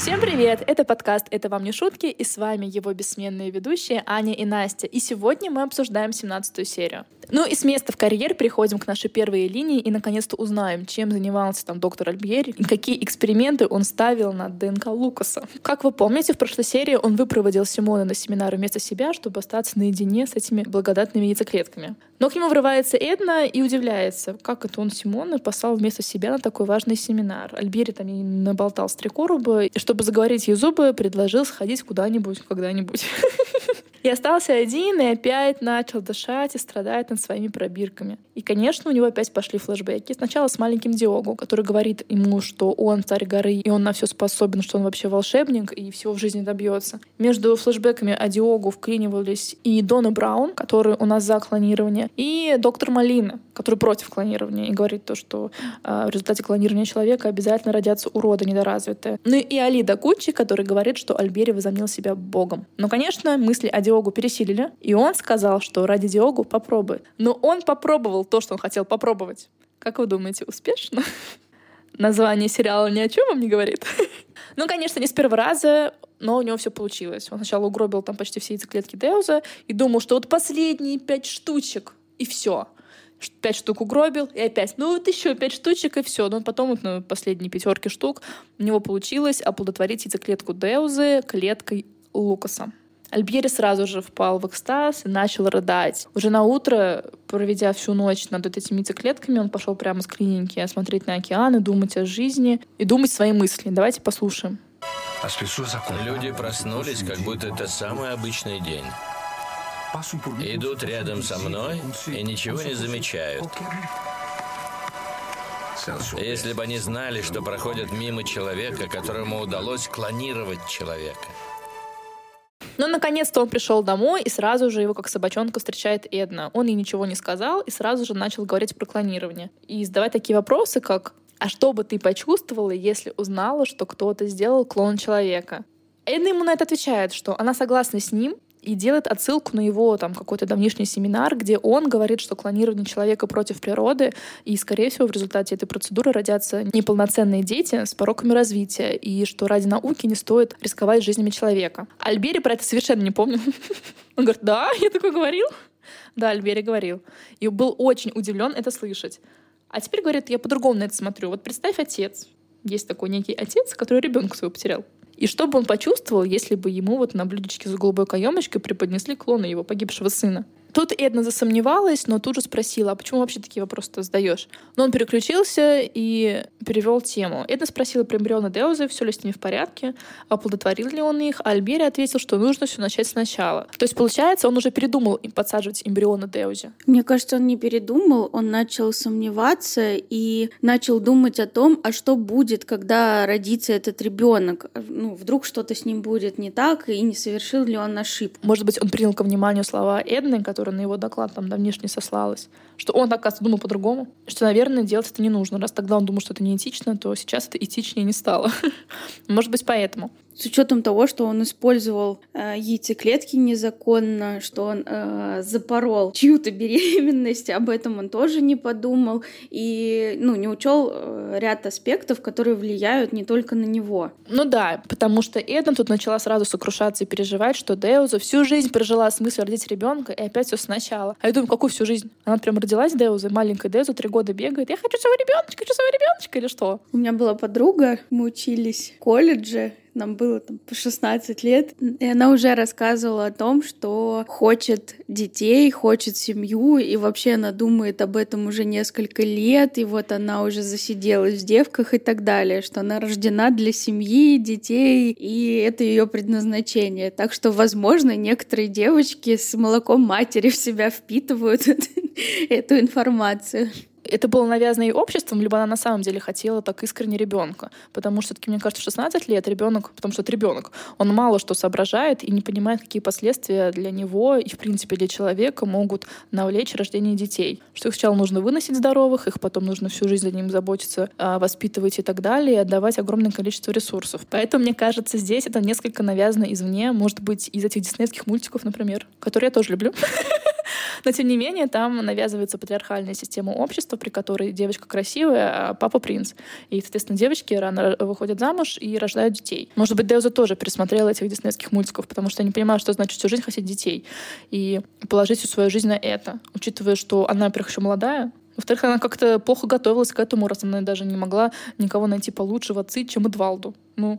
Всем привет! Это подкаст «Это вам не шутки», и с вами его бессменные ведущие Аня и Настя. И сегодня мы обсуждаем 17-ю серию. Ну и с места в карьер переходим к нашей первой линии и наконец-то узнаем, чем занимался там доктор Альбьери и какие эксперименты он ставил на ДНК Лукаса. Как вы помните, в прошлой серии он выпроводил Симона на семинар вместо себя, чтобы остаться наедине с этими благодатными яйцеклетками. Но к нему врывается Эдна и удивляется, как это он Симона послал вместо себя на такой важный семинар. Альбьери там ей наболтал с 3 короба, и чтобы заговорить ей зубы, предложил сходить куда-нибудь, когда-нибудь. И остался один, и опять начал дышать и страдать над своими пробирками. И, конечно, у него опять пошли флешбеки. Сначала с маленьким Диого, который говорит ему, что он царь горы, и он на все способен, что он вообще волшебник, и всего в жизни добьется. Между флешбеками о Диого вклинивались и Дона Браун, который у нас за клонирование, и доктор Малина, который против клонирования, и говорит то, что в результате клонирования человека обязательно родятся уроды недоразвитые. Ну и Алида Кучи, который говорит, что Альбьери возомнил себя богом. Но, конечно, мысли о Диогу пересилили, и он сказал, что ради Диогу попробует. Но он попробовал то, что он хотел попробовать. Как вы думаете, успешно? Название сериала ни о чем вам не говорит? Ну, конечно, не с первого раза, но у него все получилось. Он сначала угробил там почти все яйцеклетки Деуза и думал, что вот последние 5 штучек, и все. 5 штук угробил, и опять, ну вот еще 5 штучек, и все. Но потом вот на последние 5 штук у него получилось оплодотворить яйцеклетку Деузы клеткой Лукаса. Альбьери сразу же впал в экстаз и начал рыдать. Уже на утро, проведя всю ночь над вот этими яйцеклетками, он пошел прямо с клиники смотреть на океан и думать о жизни, и думать свои мысли. Давайте послушаем. Люди проснулись, как будто это самый обычный день. Идут рядом со мной и ничего не замечают. Если бы они знали, что проходят мимо человека, которому удалось клонировать человека. Но наконец-то он пришел домой, и сразу же его как собачонка встречает Эдна. Он ей ничего не сказал и сразу же начал говорить про клонирование. И задавать такие вопросы, как «А что бы ты почувствовала, если узнала, что кто-то сделал клон человека?» Эдна ему на это отвечает, что она согласна с ним, и делает отсылку на его там какой-то давнишний семинар, где он говорит, что клонирование человека против природы, и, скорее всего, в результате этой процедуры родятся неполноценные дети с пороками развития, и что ради науки не стоит рисковать жизнями человека. Альбьери про это совершенно не помнил. Он говорит, да, я такой говорил? Да, Альбьери говорил. И был очень удивлен это слышать. А теперь, говорит, я по-другому на это смотрю. Вот представь, отец. Есть такой некий отец, который ребенка своего потерял. И что бы он почувствовал, если бы ему вот на блюдечке с голубой каемочкой преподнесли клона его погибшего сына? Тут Эдна засомневалась, но тут же спросила, а почему вообще такие вопросы-то задаешь? Но он переключился и перевел тему. Эдна спросила про эмбрионы Деузы, все ли с ними в порядке, оплодотворил ли он их, а Альбьери ответил, что нужно все начать сначала. То есть, получается, он уже передумал подсаживать эмбрионы Деузе. Мне кажется, он не передумал, он начал сомневаться и начал думать о том, а что будет, когда родится этот ребенок. Ну, вдруг что-то с ним будет не так, и не совершил ли он ошибку. Может быть, он принял ко вниманию слова Эдны, которая на его доклад там давнишний сослалась, что он, оказывается, думал по-другому, что, наверное, делать это не нужно. Раз тогда он думал, что это неэтично, то сейчас это этичнее не стало. Может быть, поэтому. С учетом того, что он использовал яйцеклетки незаконно, что он запорол чью-то беременность, об этом он тоже не подумал и не учел ряд аспектов, которые влияют не только на него. Ну да, потому что Эдна тут начала сразу сокрушаться и переживать, что Деуза всю жизнь прожила с мыслью родить ребенка, и опять все сначала. А я думаю, какую всю жизнь? Она прям родилась Деузой, маленькая Деуза, 3 года бегает. Я хочу своего ребеночка или что? У меня была подруга, мы учились в колледже, нам было там по 16 лет, и она уже рассказывала о том, что хочет детей, хочет семью, и вообще она думает об этом уже несколько лет, и вот она уже засиделась в девках и так далее, что она рождена для семьи, детей, и это ее предназначение. Так что, возможно, некоторые девочки с молоком матери в себя впитывают эту информацию. Это было навязано ей обществом, либо она на самом деле хотела так искренне ребенка. Потому что, мне кажется, в 16 лет ребенок, потому что это ребенок, он мало что соображает и не понимает, какие последствия для него и, в принципе, для человека могут навлечь рождение детей. Что их сначала нужно выносить здоровых, их потом нужно всю жизнь за ним заботиться, воспитывать и так далее, и отдавать огромное количество ресурсов. Поэтому, мне кажется, здесь это несколько навязано извне, может быть, из этих диснеевских мультиков, например, которые я тоже люблю. Но, тем не менее, там навязывается патриархальная система общества, при которой девочка красивая, а папа принц. И, соответственно, девочки рано выходят замуж и рождают детей. Может быть, Деуза тоже пересмотрела этих диснейских мультиков, потому что я не понимаю, что значит всю жизнь хотеть детей. И положить всю свою жизнь на это. Учитывая, что она, во-первых, еще молодая, во-вторых, она как-то плохо готовилась к этому, раз она даже не могла никого найти получше в отцы, чем Эдвалду.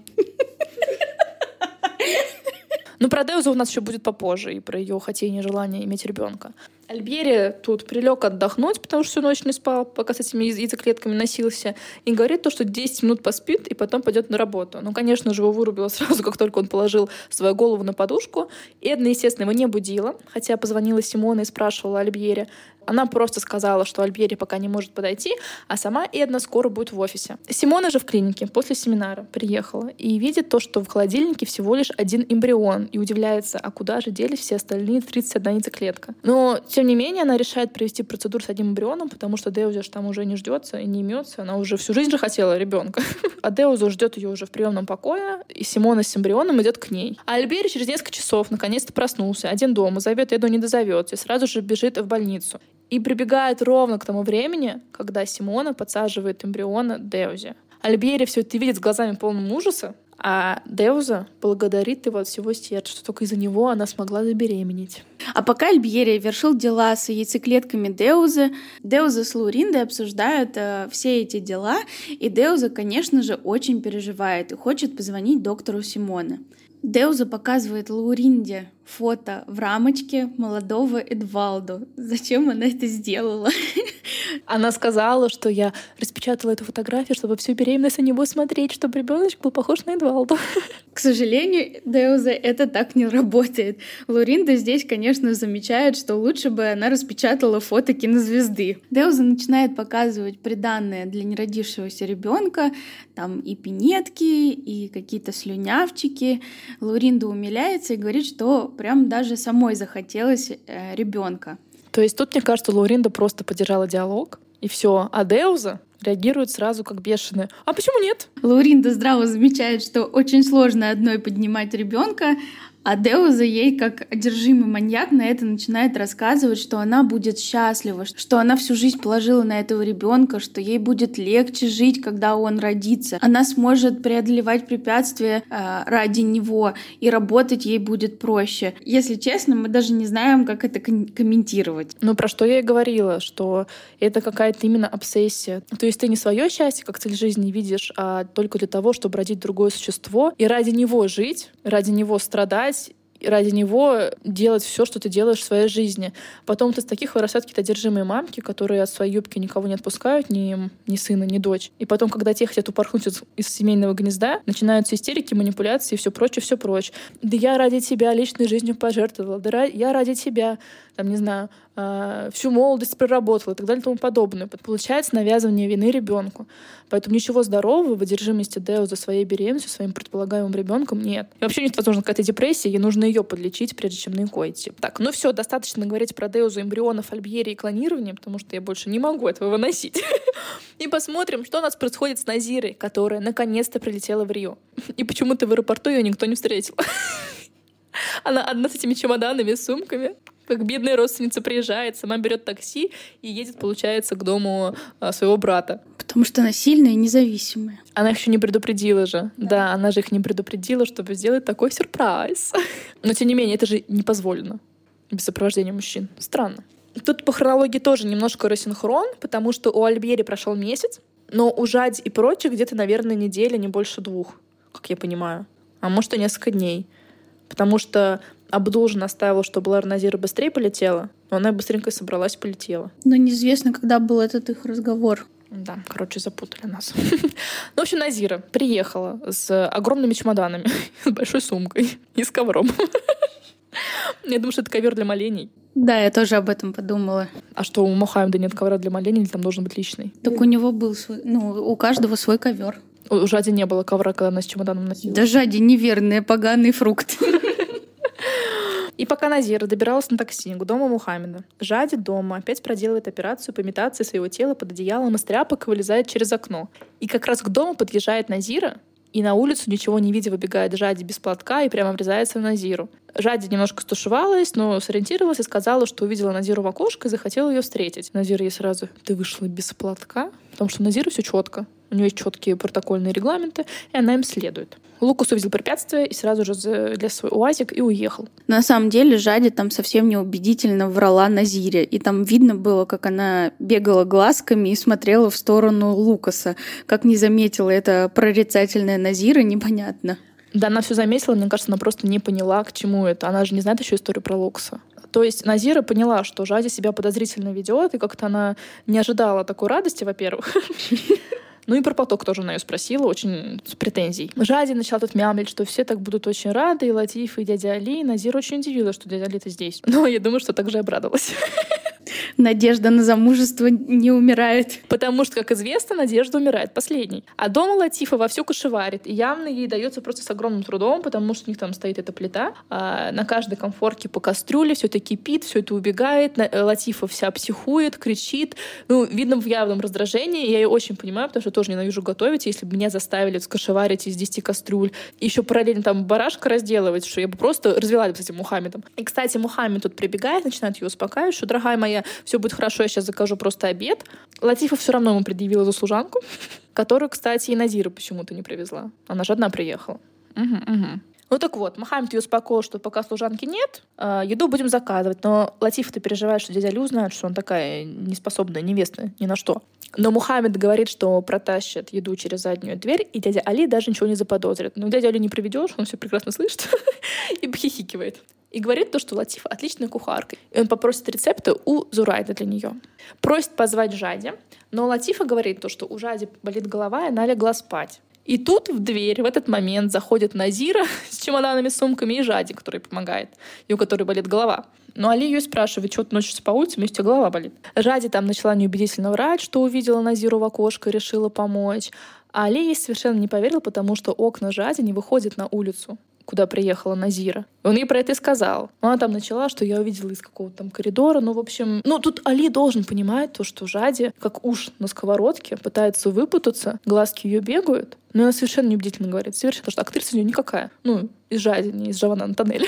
Ну, про Деузу у нас еще будет попозже, и про ее хотение и желание иметь ребенка. Альбери тут прилег отдохнуть, потому что всю ночь не спал, пока с этими яйцеклетками носился, и говорит то, что 10 минут поспит и потом пойдет на работу. Ну, конечно же, его вырубило сразу, как только он положил свою голову на подушку. Эдна, естественно, его не будила, хотя позвонила Симона и спрашивала Альбери. Она просто сказала, что Альбери пока не может подойти, а сама Эдна скоро будет в офисе. Симона же в клинике после семинара приехала и видит то, что в холодильнике всего лишь один эмбрион, и удивляется, а куда же делись все остальные 31 яйцеклетка. Но, тем не менее, она решает провести процедуру с одним эмбрионом, потому что Деуза же там уже не ждется и не имется. Она уже всю жизнь же хотела ребенка. А Деуза ждет ее уже в приемном покое, и Симона с эмбрионом идет к ней. А Альбери через несколько часов наконец-то проснулся, один дома, зовет Эду, не дозовет, и сразу же бежит в больницу. И прибегает ровно к тому времени, когда Симона подсаживает эмбриона Деузе. Альбери все это видит с глазами полным ужаса, а Деуза благодарит его от всего сердца, что только из-за него она смогла забеременеть. А пока Альбери вершил дела с яйцеклетками Деузы, Деуза с Лауриндой обсуждают все эти дела, и Деуза, конечно же, очень переживает и хочет позвонить доктору Симоне. Деуза показывает Лауринде фото в рамочке молодого Эдвалду. Зачем она это сделала? Она сказала, что я распечатала эту фотографию, чтобы всю беременность на него смотреть, чтобы ребеночек был похож на Эдвалду. К сожалению, Деуза, это так не работает. Лауринда здесь, конечно, замечает, что лучше бы она распечатала фото кинозвезды. Деуза начинает показывать приданное для неродившегося ребенка, там и пинетки, и какие-то слюнявчики. Лауринда умиляется и говорит, что прям даже самой захотелось ребенка. То есть тут, мне кажется, Лауринда просто поддержала диалог, и все. А Деуза реагирует сразу как бешеная. А почему нет? Лауринда здраво замечает, что очень сложно одной поднимать ребенка, а Деуза ей, как одержимый маньяк, на это начинает рассказывать, что она будет счастлива, что она всю жизнь положила на этого ребенка, что ей будет легче жить, когда он родится. Она сможет преодолевать препятствия ради него, и работать ей будет проще. Если честно, мы даже не знаем, как это комментировать. Ну, про что я и говорила, что это какая-то именно обсессия. То есть ты не свое счастье как цель жизни видишь, а только для того, чтобы родить другое существо, и ради него жить, ради него страдать, ради него делать все, что ты делаешь в своей жизни. Потом из таких вырастают какие-то одержимые мамки, которые от своей юбки никого не отпускают, ни сына, ни дочь. И потом, когда те хотят упорхнуть из семейного гнезда, начинаются истерики, манипуляции и все прочее, все прочее. Да я ради тебя личной жизнью пожертвовала, да я ради тебя, там, не знаю, всю молодость проработала и так далее и тому подобное. Получается навязывание вины ребенку. Поэтому ничего здорового в одержимости Деузы своей беременностью, своим предполагаемым ребенком нет. И вообще нет, возможно, какая-то депрессия, ей нужно ее подлечить, прежде чем на ЭКО идти. Так, ну все, достаточно говорить про Деузу, эмбрионов, Альбери и клонирование, потому что я больше не могу этого выносить. И посмотрим, что у нас происходит с Назирой, которая наконец-то прилетела в Рио. И почему-то в аэропорту ее никто не встретил. Она одна с этими чемоданами, сумками. Как бедная родственница приезжает, сама берет такси и едет, получается, к дому своего брата. Потому что она сильная и независимая. Она их еще не предупредила же. Да, она же их не предупредила, чтобы сделать такой сюрприз. Но, тем не менее, это же не позволено без сопровождения мужчин. Странно. Тут по хронологии тоже немножко рассинхрон, потому что у Альбери прошел месяц, но у Жади и прочих где-то, наверное, неделя, не больше 2, как я понимаю. А может, и несколько дней. Потому что Абдул же настаивал, чтобы Лара Назира быстрее полетела, но она быстренько собралась и полетела. Но неизвестно, когда был этот их разговор. Да, короче, запутали нас. Ну, в общем, Назира приехала с огромными чемоданами, с большой сумкой и с ковром. Я думаю, что это ковер для молений. Да, я тоже об этом подумала. А что, у Мухаммеда нет ковра для молений, или там должен быть личный? Так у него был свой, у каждого свой ковер. У Жади не было ковра, когда она с чемоданом носила. Да Жади неверный, поганый фрукт. И пока Назира добиралась на такси к дому Мухаммеда, Жади дома опять проделывает операцию по имитации своего тела под одеялом из тряпок и вылезает через окно. И как раз к дому подъезжает Назира, и И на улицу, ничего не видя, выбегает Жади без платка и прямо врезается в Назиру. Жади немножко стушевалась, но сориентировалась и сказала, что увидела Назиру в окошко и захотела ее встретить. Назира ей сразу: ты вышла без платка? Потому что у Назиры все четко. У нее есть четкие протокольные регламенты, и она им следует. Лукас увидел препятствие и сразу же залез в свой уазик и уехал. На самом деле Жади там совсем неубедительно врала Назире. И там видно было, как она бегала глазками и смотрела в сторону Лукаса. Как не заметила это прорицательная Назира, непонятно. Да, она все заметила, мне кажется, она просто не поняла, к чему это. Она же не знает еще историю про Лукаса. То есть Назира поняла, что Жади себя подозрительно ведет, и как-то она не ожидала такой радости, во-первых. Ну и про поток тоже она ее спросила, очень с претензией. Жади начала тут мямлить, что все так будут очень рады, и Латиф, и дядя Али. И Назира очень удивилась, что дядя Али-то здесь. Но я думаю, что также обрадовалась. Надежда на замужество не умирает. Потому что, как известно, надежда умирает последней. А дома Латифа вовсю кошеварит. И явно ей дается просто с огромным трудом, потому что у них там стоит эта плита. А на каждой конфорке по кастрюле все это кипит, все это убегает. Латифа вся психует, кричит. Ну, видно в явном раздражении. Я ее очень понимаю, потому что тоже ненавижу готовить. Если бы меня заставили скошеварить из 10 кастрюль, и еще параллельно там барашка разделывать, что я бы просто развелась с этим Мухаммедом. И, кстати, Мухаммед тут прибегает, начинает ее успокаивать, что, дорогая моя, все будет хорошо, я сейчас закажу просто обед. Латифа все равно ему предъявила за служанку, которую, кстати, и Назира почему-то не привезла. Она же одна приехала. Ну так вот, Мухаммед ее успокоил, что пока служанки нет, еду будем заказывать. Но Латифа-то переживает, что дядя Али узнает, что он такая неспособная невеста ни на что. Но Мухаммед говорит, что протащит еду через заднюю дверь, и дядя Али даже ничего не заподозрит. Но дядя Али не приведешь, он все прекрасно слышит и похихикивает. И говорит то, что Латифа отличная кухарка. И он попросит рецепты у Зурайда для нее. Просит позвать Жади, но Латифа говорит то, что у Жади болит голова, и она легла спать. И тут в дверь в этот момент заходит Назира с чемоданами, сумками и Жади, который помогает, и у которой болит голова. Но Али ее спрашивает: что ты ночью по улице, у тебя голова болит. Жади там начала неубедительно врать, что увидела Назиру в окошко и решила помочь. А Али ей совершенно не поверил, потому что окна Жади не выходят на улицу, куда приехала Назира. Он ей про это и сказал. Она там начала, что я увидела из какого-то там коридора. Ну, в общем, тут Али должен понимать то, что Жади, как уж на сковородке, пытается выпутаться, глазки ее бегают. Но она совершенно неубедительно говорит. Совершенно, потому что актриса у нее никакая. Ну, из Жади, не из Джавана Антонелли.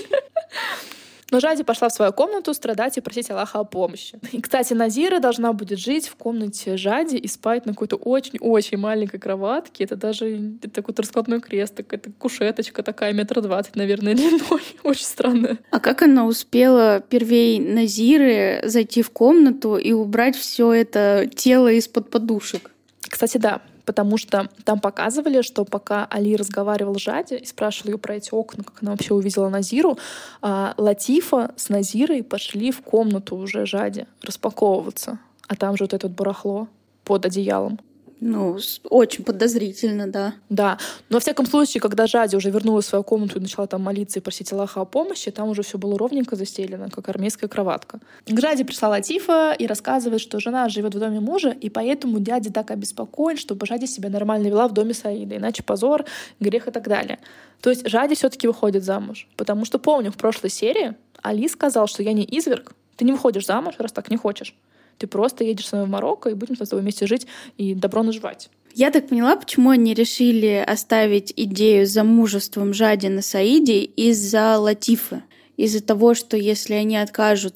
Но Жади пошла в свою комнату страдать и просить Аллаха о помощи. И, кстати, Назира должна будет жить в комнате Жади и спать на какой-то очень-очень маленькой кроватке. Это даже такой раскладной крест, какая-то кушеточка такая, 1,20 м, наверное, длиной. Очень странная. А как она успела первей Назиры зайти в комнату и убрать все это тело из-под подушек? Кстати, да. Потому что там показывали, что пока Али разговаривал с Жади и спрашивал ее про эти окна, как она вообще увидела Назиру, Латифа с Назирой пошли в комнату уже Жади распаковываться. А там же вот это вот барахло под одеялом. Ну, очень подозрительно, да. Да. Но во всяком случае, когда Жади уже вернулась в свою комнату и начала там молиться и просить Аллаха о помощи, там уже все было ровненько застелено, как армейская кроватка. К Жади пришла Латифа и рассказывает, что жена живет в доме мужа, и поэтому дядя так обеспокоен, чтобы Жади себя нормально вела в доме Саида, иначе позор, грех и так далее. То есть Жади все-таки выходит замуж. Потому что, помню, в прошлой серии Али сказал, что я не изверг, ты не выходишь замуж, раз так не хочешь. Ты просто едешь с нами в Марокко, и будем с тобой вместе жить и добро наживать. Я так поняла, почему они решили оставить идею с замужеством Жади на Саиде из-за Латифы. Из-за того, что если они откажут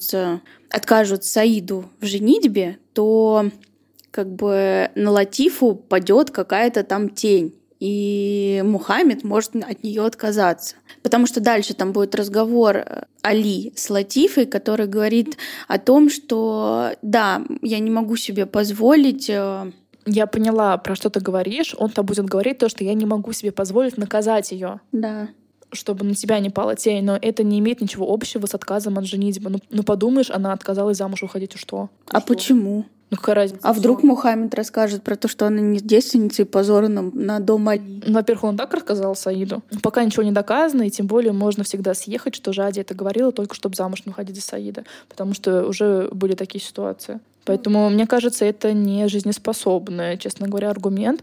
Саиду в женитьбе, то как бы на Латифу падет какая-то там тень. И Мухаммед может от нее отказаться. Потому что дальше там будет разговор Али с Латифой, который говорит о том, что да, я не могу себе позволить... Я поняла, про что ты говоришь. Он-то будет говорить то, что я не могу себе позволить наказать ее. Да. Чтобы на тебя не пала тень. Но это не имеет ничего общего с отказом от женитьбы. Ну подумаешь, она отказалась замуж выходить, и что? А что? Почему? Ну какая разница? А вдруг Мухаммед расскажет про то, что она не девственница и позора на дом Али? Во-первых, он так рассказал Саиду. Пока ничего не доказано, и тем более можно всегда съехать, что Жади это говорила только чтобы замуж не выходить за Саида. Потому что уже были такие ситуации. Поэтому, мне кажется, это не жизнеспособный, честно говоря, аргумент.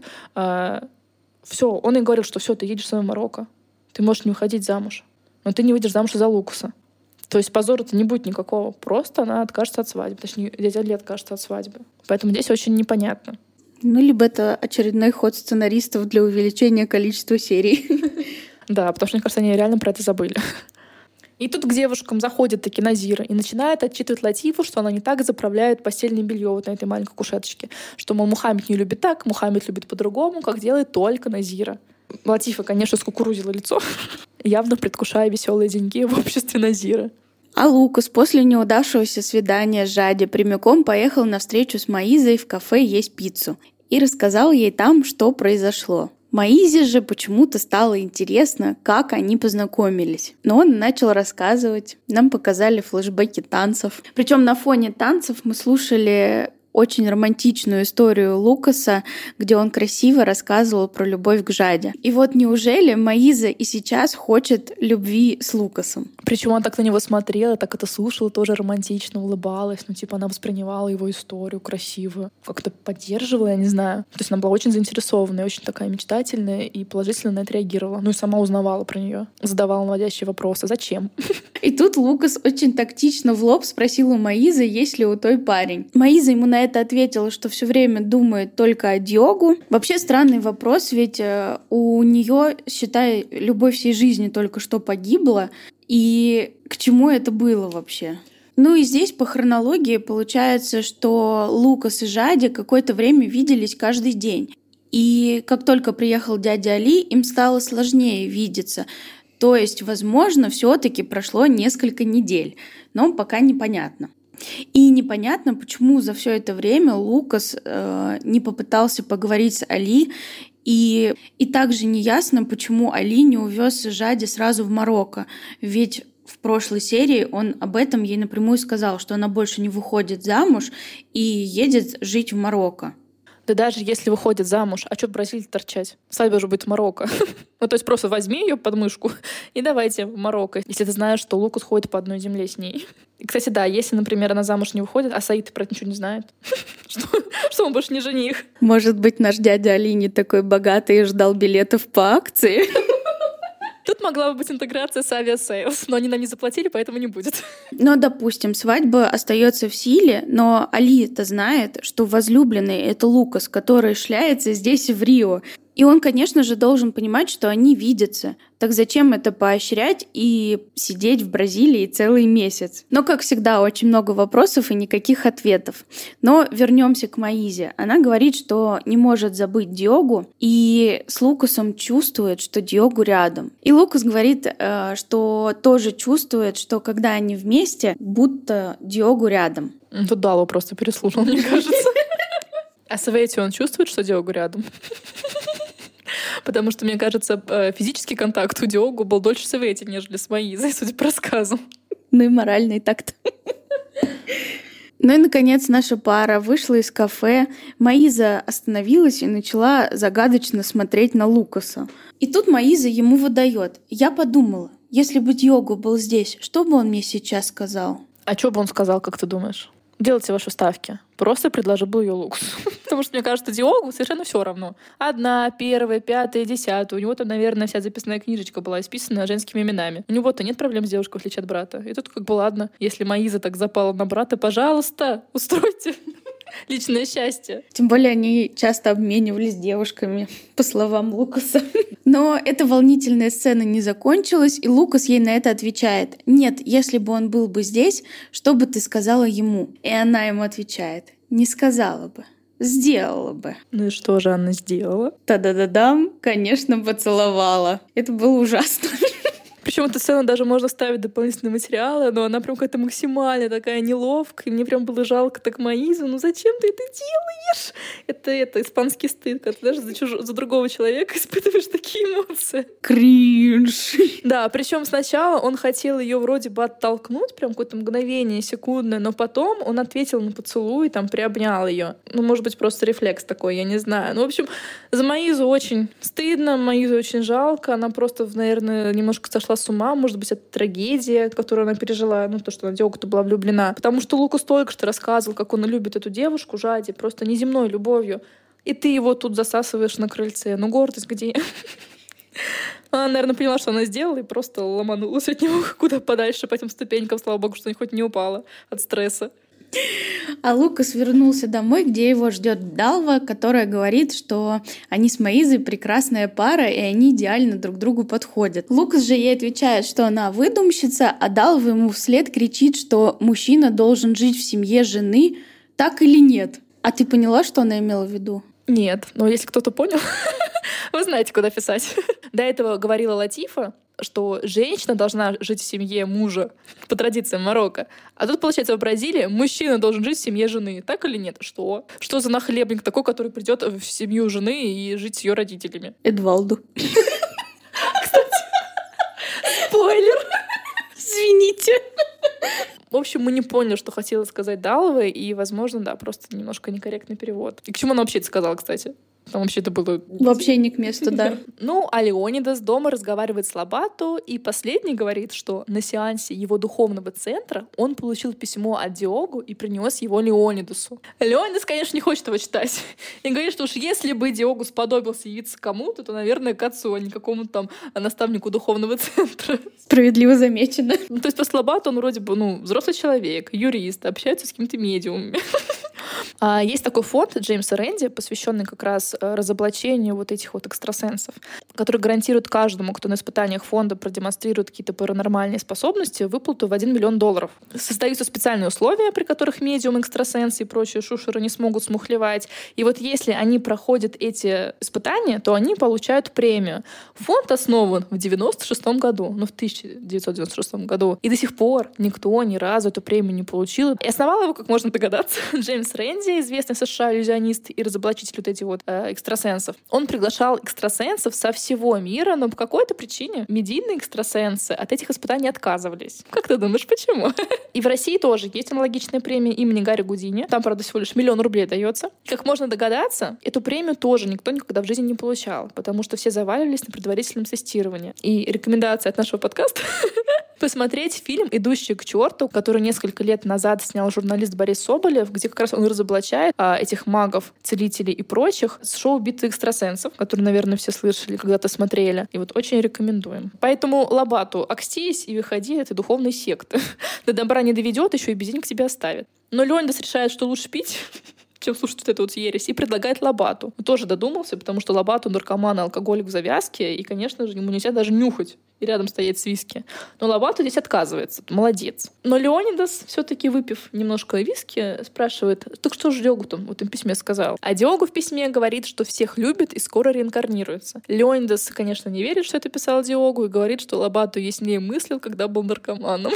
Все, он и говорил, что все, ты едешь в свое Марокко. Ты можешь не выходить замуж. Но ты не выйдешь замуж за Лукаса. То есть позора-то не будет никакого. Просто она откажется от свадьбы. Точнее, дядя Али откажется от свадьбы. Поэтому здесь очень непонятно. Ну, либо это очередной ход сценаристов для увеличения количества серий. Да, потому что, мне кажется, они реально про это забыли. И тут к девушкам заходит таки Назира и начинает отчитывать Латифу, что она не так заправляет постельное белье вот на этой маленькой кушеточке. Что, мол, Мухаммед не любит так, Мухаммед любит по-другому, как делает только Назира. Латифа, конечно, скукурузила лицо, явно предвкушая веселые деньги в обществе Назира. А Лукас после неудавшегося свидания с Жади прямиком поехал на встречу с Маизой в кафе есть пиццу и рассказал ей там, что произошло. Маизе же почему-то стало интересно, как они познакомились. Но он начал рассказывать. Нам показали флешбеки танцев. Причем на фоне танцев мы слушали очень романтичную историю Лукаса, где он красиво рассказывал про любовь к Жаде. И вот неужели Маиза и сейчас хочет любви с Лукасом? Причем он так на него смотрела, так это слушала, тоже романтично улыбалась. Ну, типа, она воспринимала его историю красивую. Как-то поддерживала, я не знаю. То есть она была очень заинтересованная, очень такая мечтательная и положительно на это реагировала. Ну и сама узнавала про нее. Задавала наводящие вопросы. Зачем? И тут Лукас очень тактично в лоб спросил у Маизы, есть ли у той парень. Маиза ему на это ответила, что все время думает только о Диогу. Вообще странный вопрос, ведь у нее, считай, любовь всей жизни только что погибла. И к чему это было вообще? Ну и здесь по хронологии получается, что Лукас и Жади какое-то время виделись каждый день. И как только приехал дядя Али, им стало сложнее видеться. То есть, возможно, все-таки прошло несколько недель, но пока непонятно. И непонятно, почему за все это время Лукас не попытался поговорить с Али, и также неясно, почему Али не увез Жади сразу в Марокко, ведь в прошлой серии он об этом ей напрямую сказал, что она больше не выходит замуж и едет жить в Марокко. Да даже если выходит замуж, а что в Бразилии торчать? Свадьба же будет в Марокко. Ну, то есть просто возьми ее под мышку и давайте в Марокко, если ты знаешь, что Лукас ходит по одной земле с ней. И, кстати, да, если, например, она замуж не выходит, а Саид про это ничего не знает, что он больше не жених. Может быть, наш дядя Али не такой богатый и ждал билетов по акции? Тут могла бы быть интеграция с авиасейлс, но они нам не заплатили, поэтому не будет. Но, допустим, свадьба остается в силе, но Али-то знает, что возлюбленный — это Лукас, который шляется здесь, в Рио. И он, конечно же, должен понимать, что они видятся. Так зачем это поощрять и сидеть в Бразилии целый месяц? Но, как всегда, очень много вопросов и никаких ответов. Но вернемся к Маизе. Она говорит, что не может забыть Диогу, и с Лукасом чувствует, что Диогу рядом. И Лукас говорит, что тоже чувствует, что когда они вместе, будто Диогу рядом. Тут Далу просто переслушал, мне кажется. А Савети он чувствует, что Диогу рядом? Потому что, мне кажется, физический контакт у Диогу был дольше Савети, нежели с Маизой, судя по рассказу. Ну и моральный такт. Ну и, наконец, наша пара вышла из кафе. Маиза остановилась и начала загадочно смотреть на Лукаса. И тут Маиза ему выдает. Я подумала, если бы Диогу был здесь, что бы он мне сейчас сказал? А что бы он сказал, как ты думаешь? Делайте ваши ставки. Просто предложи бы ее Лукасу. Потому что, мне кажется, Диогу совершенно все равно. 1, 1, 5, 10. У него там, наверное, вся записная книжечка была исписана женскими именами. У него-то нет проблем с девушкой, в отличие от брата. И тут как бы ладно. Если Маиза так запала на брата, пожалуйста, устройте личное счастье. Тем более они часто обменивались девушками, по словам Лукаса. Но эта волнительная сцена не закончилась, и Лукас ей на это отвечает. Нет, если бы он был бы здесь, что бы ты сказала ему? И она ему отвечает. Не сказала бы. Сделала бы. Ну и что же она сделала? Та-да-да-дам, конечно, поцеловала. Это было ужасно. Причем эту сцену даже можно ставить дополнительные материалы, но она прям какая-то максимально такая неловкая. И мне прям было жалко так Маизу. Ну зачем ты это делаешь? Это испанский стыд, когда ты даже за другого человека испытываешь такие эмоции. Кринж. Да, причем сначала он хотел ее вроде бы оттолкнуть, прям какое-то мгновение, секундное, но потом он ответил на поцелуй, там, приобнял ее. Ну, может быть, просто рефлекс такой, я не знаю. Ну, в общем, за Маизу очень стыдно, Маизу очень жалко. Она просто, наверное, немножко сошла с ума, может быть, это трагедия, которую она пережила, ну, то, что она Диогу-то была влюблена. Потому что Лукас только что рассказывал, как он любит эту девушку, Жади, просто неземной любовью. И ты его тут засасываешь на крыльце. Ну, гордость где? Она, наверное, поняла, что она сделала, и просто ломанулась от него куда подальше по этим ступенькам. Слава богу, что хоть не упала от стресса. А Лукас вернулся домой, где его ждет Далва, которая говорит, что они с Маизой прекрасная пара, и они идеально друг другу подходят. Лукас же ей отвечает, что она выдумщица, а Далва ему вслед кричит, что мужчина должен жить в семье жены, так или нет. А ты поняла, что она имела в виду? Нет, но если кто-то понял, вы знаете, куда писать. До этого говорила Латифа, что женщина должна жить в семье мужа по традициям Марокко. А тут, получается, в Бразилии мужчина должен жить в семье жены. Так или нет? Что? Что за нахлебник такой, который придет в семью жены и жить с ее родителями? Эдвалду. Кстати, спойлер. Извините. В общем, мы не поняли, что хотела сказать Далва, и, возможно, да, просто немножко некорректный перевод. И к чему она вообще это сказала, кстати? Там вообще это было... Вообще не к месту, да. Ну, а Леонидас дома разговаривает с Лобато, и последний говорит, что на сеансе его духовного центра он получил письмо от Диогу и принес его Леонидасу. Леонидас, конечно, не хочет его читать. И говорит, что уж если бы Диогу сподобился явиться кому-то, то, наверное, к отцу, а не какому-то там наставнику духовного центра. Справедливо замечено. Ну, то есть по Лобато он вроде бы, взрослый человек, юрист, общается с какими-то медиумами. Есть такой фонд Джеймса Рэнди, посвященный как раз разоблачению вот этих вот экстрасенсов, который гарантирует каждому, кто на испытаниях фонда продемонстрирует какие-то паранормальные способности, выплату в $1 миллион. Создаются специальные условия, при которых медиум, экстрасенсы и прочие шушеры не смогут смухлевать. И вот если они проходят эти испытания, то они получают премию. Фонд основан в 1996 году, в 1996 году. И до сих пор никто ни разу эту премию не получил. И основал его, как можно догадаться, Джеймс Рэнди, известный в США иллюзионист и разоблачитель вот этих вот экстрасенсов. Он приглашал экстрасенсов со всего мира, но по какой-то причине медийные экстрасенсы от этих испытаний отказывались. Как ты думаешь, почему? И в России тоже есть аналогичная премия имени Гарри Гудини. Там, правда, всего лишь $1 миллион дается. Как можно догадаться, эту премию тоже никто никогда в жизни не получал, потому что все заваливались на предварительном тестировании. И рекомендация от нашего подкаста — посмотреть фильм «Идущий к черту», который несколько лет назад снял журналист Борис Соболев, где как раз он разоблачает этих магов, целителей и прочих с шоу «Битвы экстрасенсов», который, наверное, все слышали, когда-то смотрели. И вот очень рекомендуем. Поэтому Лобату, окстись и выходи от этой духовной секты. До добра не доведет, еще и без денег тебя оставит. Но Леонидас решает, что лучше пить, чем слушать вот эту вот ересь, и предлагает Лобату. Он тоже додумался, потому что Лобату наркоман и алкоголик в завязке, и, конечно же, ему нельзя даже нюхать и рядом стоять с виски. Но Лобату здесь отказывается. Молодец. Но Леонидас, все-таки выпив немножко виски, спрашивает: так что же Диогу там в этом письме сказал? А Диогу в письме говорит, что всех любит и скоро реинкарнируется. Леонидас, конечно, не верит, что это писал Диогу, и говорит, что Лобату яснее мыслил, когда был наркоманом.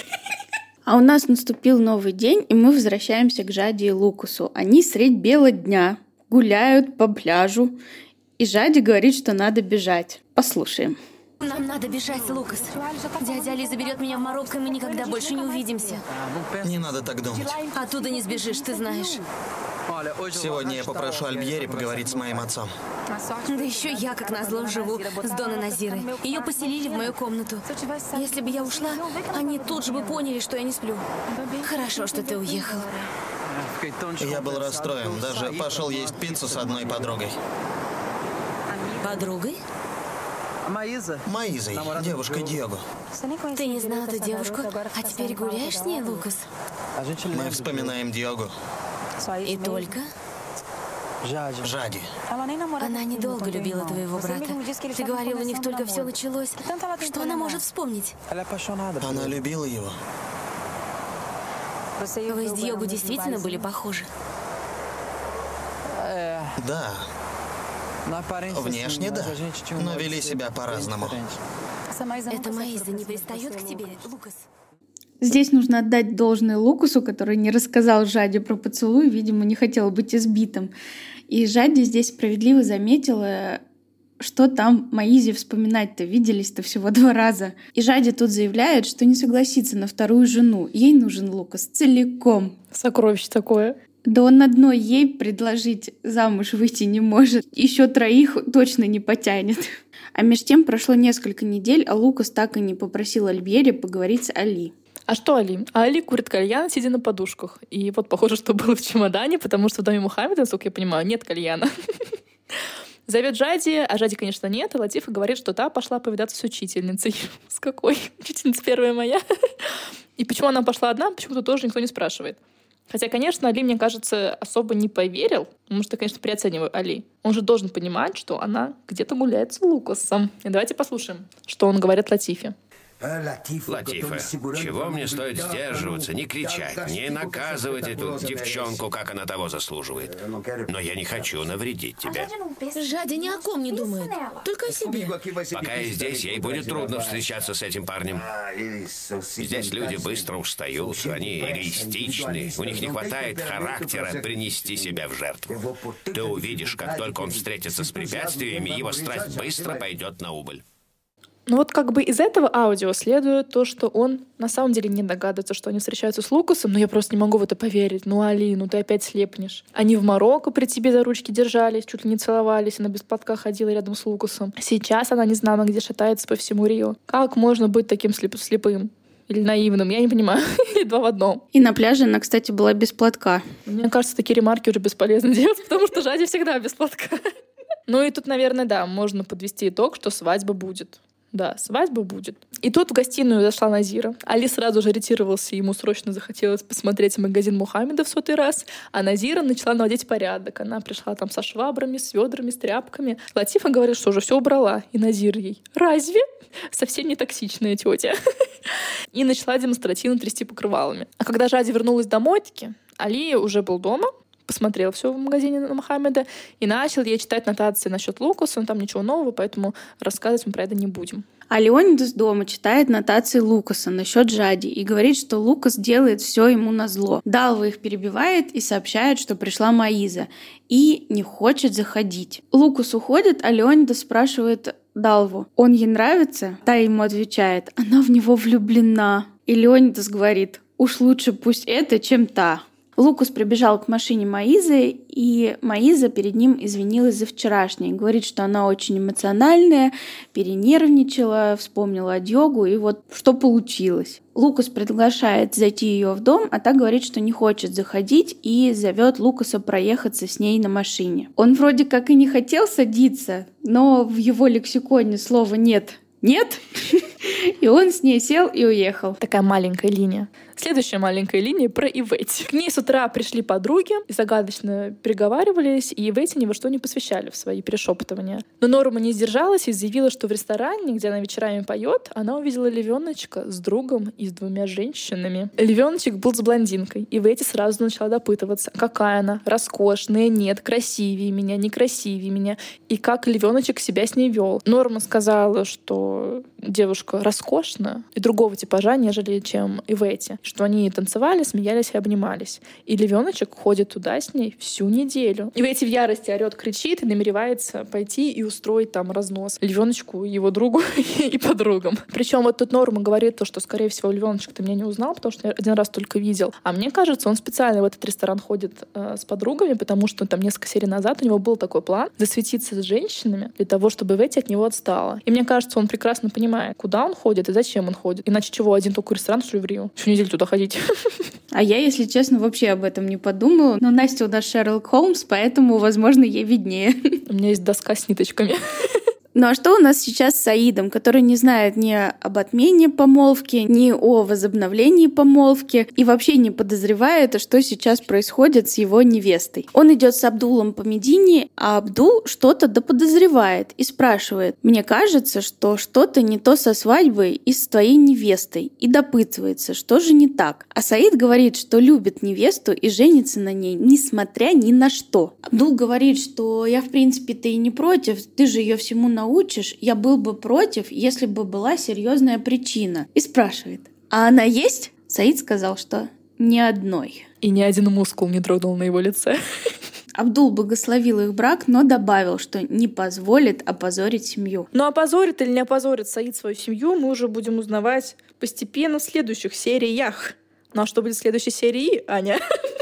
А у нас наступил новый день, и мы возвращаемся к Жаде и Лукасу. Они средь бела дня гуляют по пляжу, и Жаде говорит, что надо бежать. Послушаем. Нам надо бежать, Лукас. Дядя Али заберет меня в Марокко, и мы никогда больше не увидимся. Не надо так думать. Оттуда не сбежишь, ты знаешь. Сегодня я попрошу Альбьери поговорить с моим отцом. Да еще я, как назло, живу с Доной Назирой. Ее поселили в мою комнату. Если бы я ушла, они тут же бы поняли, что я не сплю. Хорошо, что ты уехал. Я был расстроен. Даже пошел есть пиццу с одной подругой. Подругой? Маизой, девушкой Диого. Ты не знал эту девушку, а теперь гуляешь с ней, Лукас? Мы вспоминаем Диого. И только? Жади. Она недолго любила твоего брата. Ты говорил, у них только все началось. Что она может вспомнить? Она любила его. Вы с Диого действительно были похожи? Да. Внешне, да. Но вели себя по-разному. Эта Маиза не пристает к тебе, Лукас? Здесь нужно отдать должное Лукасу, который не рассказал Жаде про поцелуй, видимо, не хотел быть избитым. И Жаде здесь справедливо заметила, что там Маизе вспоминать-то, виделись-то всего 2 раза. И Жаде тут заявляет, что не согласится на вторую жену. Ей нужен Лукас целиком. Сокровище такое. Да он одной ей предложить замуж выйти не может. Еще 3 точно не потянет. А между тем прошло несколько недель, а Лукас так и не попросил Альбьери поговорить с Али. А что Али? А Али курит кальян, сидя на подушках. И вот похоже, что было в чемодане, потому что в доме Мухаммеда, насколько я понимаю, нет кальяна. Зовет Жади, а Жади, конечно, нет. И Латифа говорит, что та пошла повидаться с учительницей. С какой? Учительница 1 моя. И почему она пошла одна, почему-то тоже никто не спрашивает. Хотя, конечно, Али, мне кажется, особо не поверил, потому что, конечно, переоцениваю Али. Он же должен понимать, что она где-то гуляет с Лукасом. И давайте послушаем, что он говорит Латифе. Латифа, чего мне стоит сдерживаться, не кричать, не наказывать эту девчонку, как она того заслуживает. Но я не хочу навредить тебе. Жади ни о ком не думает, только о себе. Пока я здесь, ей будет трудно встречаться с этим парнем. Здесь люди быстро устают, они эгоистичны, у них не хватает характера принести себя в жертву. Ты увидишь, как только он встретится с препятствиями, его страсть быстро пойдет на убыль. Ну вот как бы из этого аудио следует то, что он на самом деле не догадывается, что они встречаются с Лукасом, но я просто не могу в это поверить. Ну, Али, ну ты опять слепнешь. Они в Марокко при тебе за ручки держались, чуть ли не целовались, она без платка ходила рядом с Лукасом. Сейчас она не знамо где шатается по всему Рио. Как можно быть таким слепым? Или наивным, я не понимаю. Или два в одном. И на пляже она, кстати, была без платка. Мне кажется, такие ремарки уже бесполезно делать, потому что Жади всегда без платка. Ну и тут, наверное, да, можно подвести итог, что свадьба будет. Да, свадьба будет. И тут в гостиную зашла Назира. Али сразу же ретировался, ему срочно захотелось посмотреть магазин Мухаммеда в 100-й раз, а Назира начала наводить порядок. Она пришла там со швабрами, с ведрами, с тряпками. Латифа говорит, что уже все убрала. И Назир ей: разве? Совсем не токсичная тетя. И начала демонстративно трясти покрывалами. А когда Жади вернулась домой-таки, Али уже был дома, посмотрел все в магазине Мухаммеда и начал ей читать нотации насчет Лукаса. Там ничего нового, поэтому рассказывать мы про это не будем. А Леонидас дома читает нотации Лукаса насчет Жади и говорит, что Лукас делает все ему назло. Далва их перебивает и сообщает, что пришла Маиза и не хочет заходить. Лукас уходит, а Леонидас спрашивает Далву: он ей нравится? Та ему отвечает: она в него влюблена. И Леонидас говорит: уж лучше пусть это, чем та. Лукас прибежал к машине Маизы, и Маиза перед ним извинилась за вчерашнее. Говорит, что она очень эмоциональная, перенервничала, вспомнила о Дьогу, и вот что получилось. Лукас приглашает зайти ее в дом, а та говорит, что не хочет заходить, и зовет Лукаса проехаться с ней на машине. Он вроде как и не хотел садиться, но в его лексиконе слова «нет» нет, и он с ней сел и уехал. Такая маленькая линия. Следующая маленькая линия про Иветти. К ней с утра пришли подруги и загадочно переговаривались, и Иветти ни во что не посвящали в свои перешептывания. Но Норма не сдержалась и заявила, что в ресторане, где она вечерами поет, она увидела львеночка с другом и с 2 женщинами. Львеночек был с блондинкой, и Иветти сразу начала допытываться, какая она, роскошная, нет, красивее меня, некрасивее меня, и как львеночек себя с ней вел. Норма сказала, что девушка роскошна и другого типажа, нежели чем Иветти, что они танцевали, смеялись и обнимались. И львеночек ходит туда с ней всю неделю. Иветти в ярости орёт, кричит и намеревается пойти и устроить там разнос львеночку, его другу и подругам. Причем вот тут Норма говорит то, что, скорее всего, львеночек-то меня не узнал, потому что я один раз только видел. А мне кажется, он специально в этот ресторан ходит с подругами, потому что там несколько серий назад у него был такой план засветиться с женщинами для того, чтобы Иветти от него отстала. И мне кажется, он прекрасно понимает, куда он ходит и зачем он ходит. Иначе чего, один только ресторан, что ли, в Рио? Всю неделю туда ходить. А я, если честно, вообще об этом не подумала. Но Настя у нас Шерлок Холмс, поэтому, возможно, ей виднее. У меня есть доска с ниточками. Ну а что у нас сейчас с Саидом, который не знает ни об отмене помолвки, ни о возобновлении помолвки и вообще не подозревает, что сейчас происходит с его невестой? Он идет с Абдулом по Медине, а Абдул что-то доподозревает и спрашивает: «Мне кажется, что что-то не то со свадьбой и с твоей невестой», и допытывается, что же не так. А Саид говорит, что любит невесту и женится на ней, несмотря ни на что. Абдул говорит, что я, в принципе-то и не против, ты же ее всему научишь, я был бы против, если бы была серьезная причина. И спрашивает: а она есть? Саид сказал, что ни одной. И ни один мускул не дрогнул на его лице. Абдул благословил их брак, но добавил, что не позволит опозорить семью. Но опозорит или не опозорит Саид свою семью, мы уже будем узнавать постепенно в следующих сериях. Ну а что будет в следующей серии, Аня?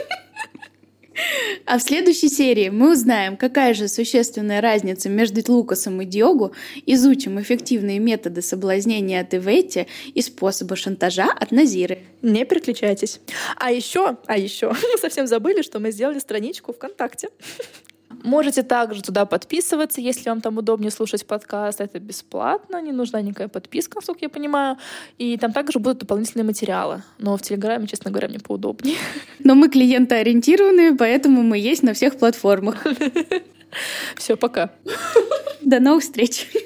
А в следующей серии мы узнаем, какая же существенная разница между Лукасом и Дьогу, изучим эффективные методы соблазнения от Иветти и способы шантажа от Назиры. Не переключайтесь. А еще, мы совсем забыли, что мы сделали страничку ВКонтакте. Можете также туда подписываться, если вам там удобнее слушать подкаст. Это бесплатно, не нужна никакая подписка, насколько я понимаю. И там также будут дополнительные материалы. Но в Телеграме, честно говоря, мне поудобнее. Но мы клиентоориентированные, поэтому мы есть на всех платформах. Все, пока. До новых встреч.